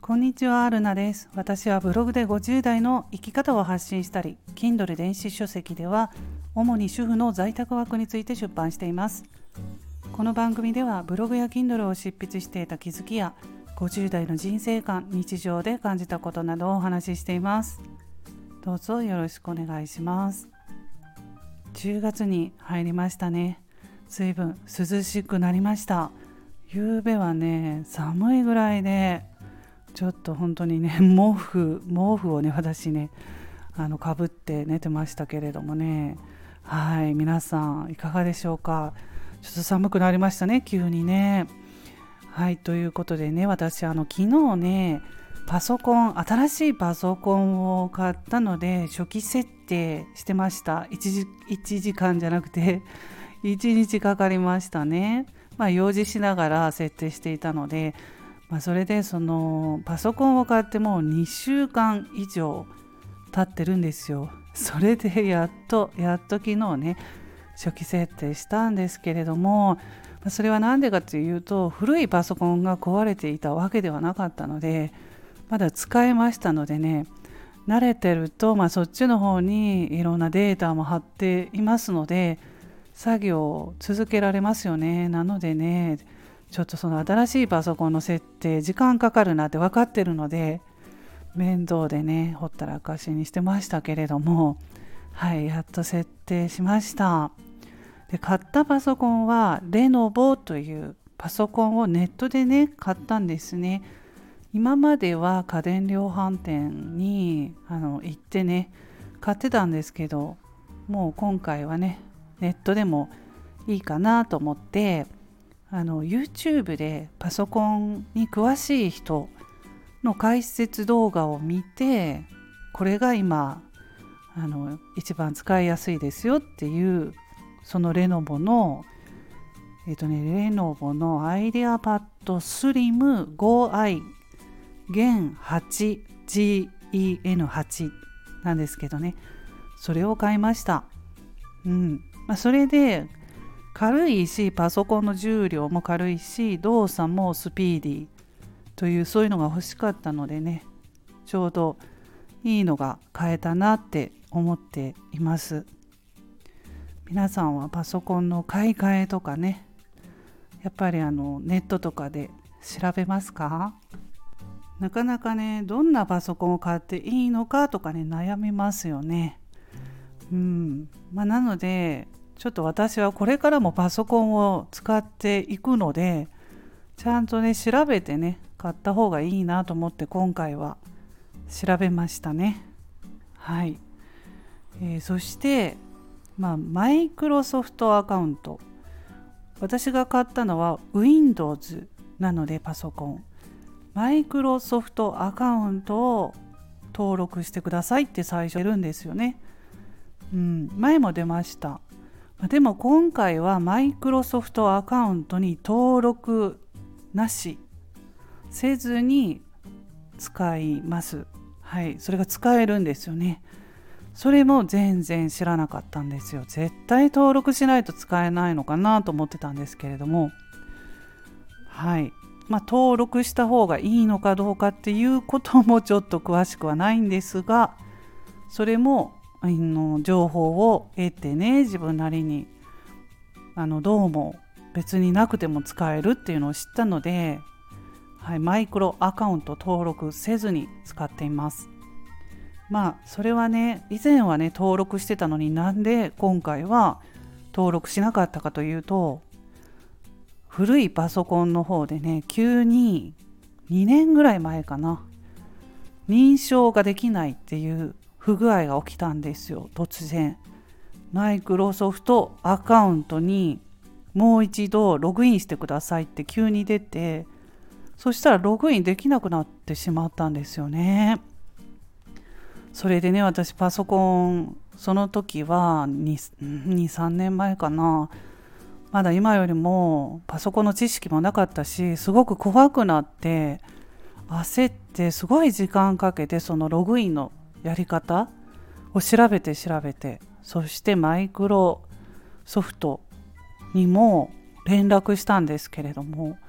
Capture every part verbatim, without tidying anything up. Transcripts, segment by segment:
こんにちは、アルナです。私はブログでごじゅう代の生き方を発信したり、Kindle 電子書籍では主に主婦の在宅ワークについて出版しています。この番組ではブログや Kindle を執筆していた気づきやごじゅう代の人生観、日常で感じたことなどをお話ししています。どうぞよろしくお願いします。じゅうがつに入りましたね。随分涼しくなりました。夕べはね、寒いぐらいでちょっと本当にね、毛布毛布をね私ねあのかぶって寝てましたけれどもね。はい、皆さんいかがでしょうか。ちょっと寒くなりましたね、急にね。はい、ということでね、私あの昨日ねパソコン新しいパソコンを買ったので初期設定してました。 1, 時いちじかんじゃなくていちにちかかりましたね。まあ用事しながら設定していたので、まあ、それでそのパソコンを買ってもうにしゅうかん以上経ってるんですよ。それでやっとやっと昨日ね初期設定したんですけれども、それは何でかというと、古いパソコンが壊れていたわけではなかったので、まだ使えましたのでね、慣れてると、まあ、そっちの方にいろんなデータも貼っていますので作業を続けられますよね。なのでね、ちょっとその新しいパソコンの設定時間かかるなって分かってるので、面倒でねほったらかしにしてましたけれども、はい、やっと設定しました。で、買ったパソコンはレノボというパソコンをネットでね買ったんですね。今までは家電量販店にあの行ってね買ってたんですけど、もう今回はねネットでもいいかなと思って、あの YouTube でパソコンに詳しい人の解説動画を見て、これが今あの一番使いやすいですよっていう、そのレノボのえっとねレノボのアイデアパッドスリム ゴーアイ ゲン はち ジーイーエヌはち なんですけどね、それを買いました。うんまあ、それで軽いし、パソコンの重量も軽いし、動作もスピーディーという、そういうのが欲しかったのでね、ちょうどいいのが買えたなって思っています。皆さんはパソコンの買い替えとかね、やっぱりあのネットとかで調べますか？なかなかね、どんなパソコンを買っていいのかとかね悩みますよね。うんまあ、なのでちょっと私はこれからもパソコンを使っていくので、ちゃんとね調べてね買った方がいいなと思って今回は調べましたね。はい、えー、そして、まあ、マイクロソフトアカウント、私が買ったのは Windows なので、パソコンマイクロソフトアカウントを登録してくださいって最初出るんですよね。うん、前も出ました。でも今回はマイクロソフトアカウントに登録なしせずに使います。はい、それが使えるんですよね。それも全然知らなかったんですよ。絶対登録しないと使えないのかなと思ってたんですけれども、はい、まあ、登録した方がいいのかどうかっていうこともちょっと詳しくはないんですが、それもあの情報を得てね、自分なりにあのどうも別になくても使えるっていうのを知ったので、はい、マイクロアカウント登録せずに使っています。まあそれはね、以前はね登録してたのに、なんで今回は登録しなかったかというと、古いパソコンの方でね、急ににねんぐらい前かな、認証ができないっていう不具合が起きたんですよ。突然マイクロソフトアカウントにもう一度ログインしてくださいって急に出て、そしたらログインできなくなってしまったんですよね。それでね、私パソコンその時は にさんねんまえかな、まだ今よりもパソコンの知識もなかったし、すごく怖くなって焦って、すごい時間かけてそのログインのやり方を調べて調べて、そしてマイクロソフトにも連絡したんですけれども、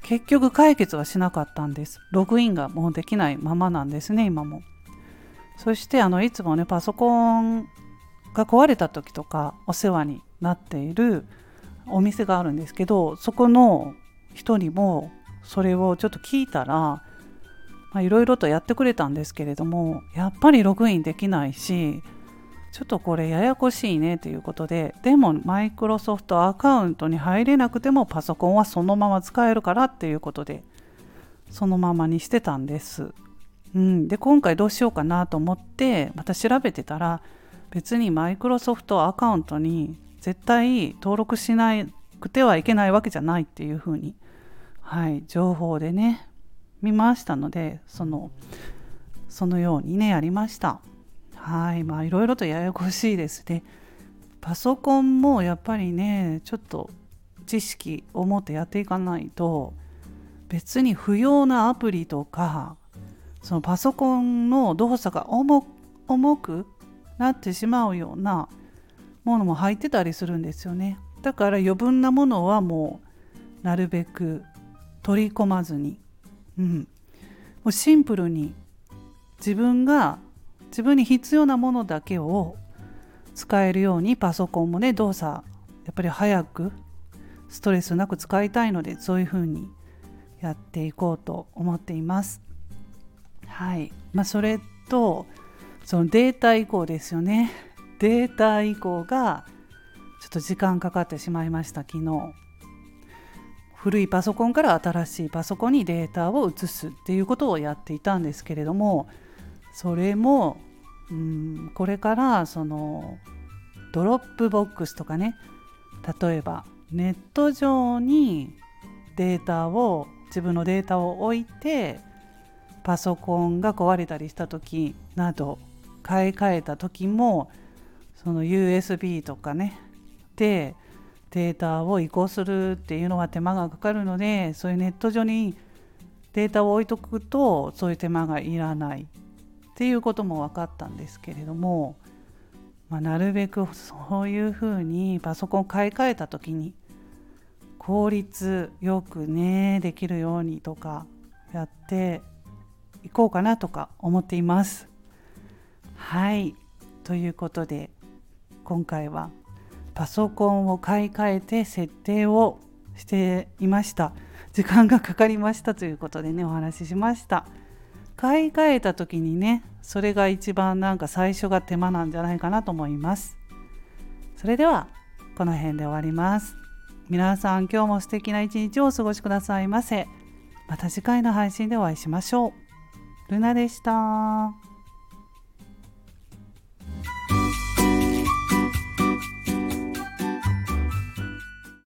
結局解決はしなかったんです。ログインがもうできないままなんですね、今も。そしてあのいつもねパソコンが壊れた時とかお世話になっているお店があるんですけど、そこの人にもそれをちょっと聞いたら、いろいろとやってくれたんですけれども、やっぱりログインできないし、ちょっとこれややこしいねということで、でもマイクロソフトアカウントに入れなくてもパソコンはそのまま使えるからっていうことで、そのままにしてたんです。うん、で今回どうしようかなと思ってまた調べてたら、別にマイクロソフトアカウントに絶対登録しなくてはいけないわけじゃないっていうふうに、はい、情報でね見ましたので、そのそのようにねやりました。はい、まあいろいろとややこしいですね。パソコンもやっぱりねちょっと知識を持ってやっていかないと、別に不要なアプリとかそのパソコンの動作が 重, 重くなってしまうようなものも入ってたりするんですよね。だから余分なものはもうなるべく取り込まずに、うん、もうシンプルに自分が自分に必要なものだけを使えるように、パソコンもね動作やっぱり早くストレスなく使いたいので、そういう風にやっていこうと思っています。はい、まあ、それとそのデータ移行ですよね。データ移行がちょっと時間かかってしまいました。昨日古いパソコンから新しいパソコンにデータを移すっていうことをやっていたんですけれども、それもうんこれからそのドロップボックスとかね、例えばネット上にデータを自分のデータを置いて、パソコンが壊れたりした時など買い替えた時もその ユーエスビー とかねでデータを移行するっていうのは手間がかかるので、そういうネット上にデータを置いとくとそういう手間がいらないっていうことも分かったんですけれども、まあ、なるべくそういうふうにパソコンを買い替えた時に効率よくねできるようにとかやっていこうかなとか思っています。はい、ということで今回はパソコンを買い替えて設定をしていました。時間がかかりましたということでねお話ししました。買い替えた時にね、それが一番なんか最初が手間なんじゃないかなと思います。それではこの辺で終わります。皆さん今日も素敵な一日をお過ごしくださいませ。また次回の配信でお会いしましょう。ルナでした。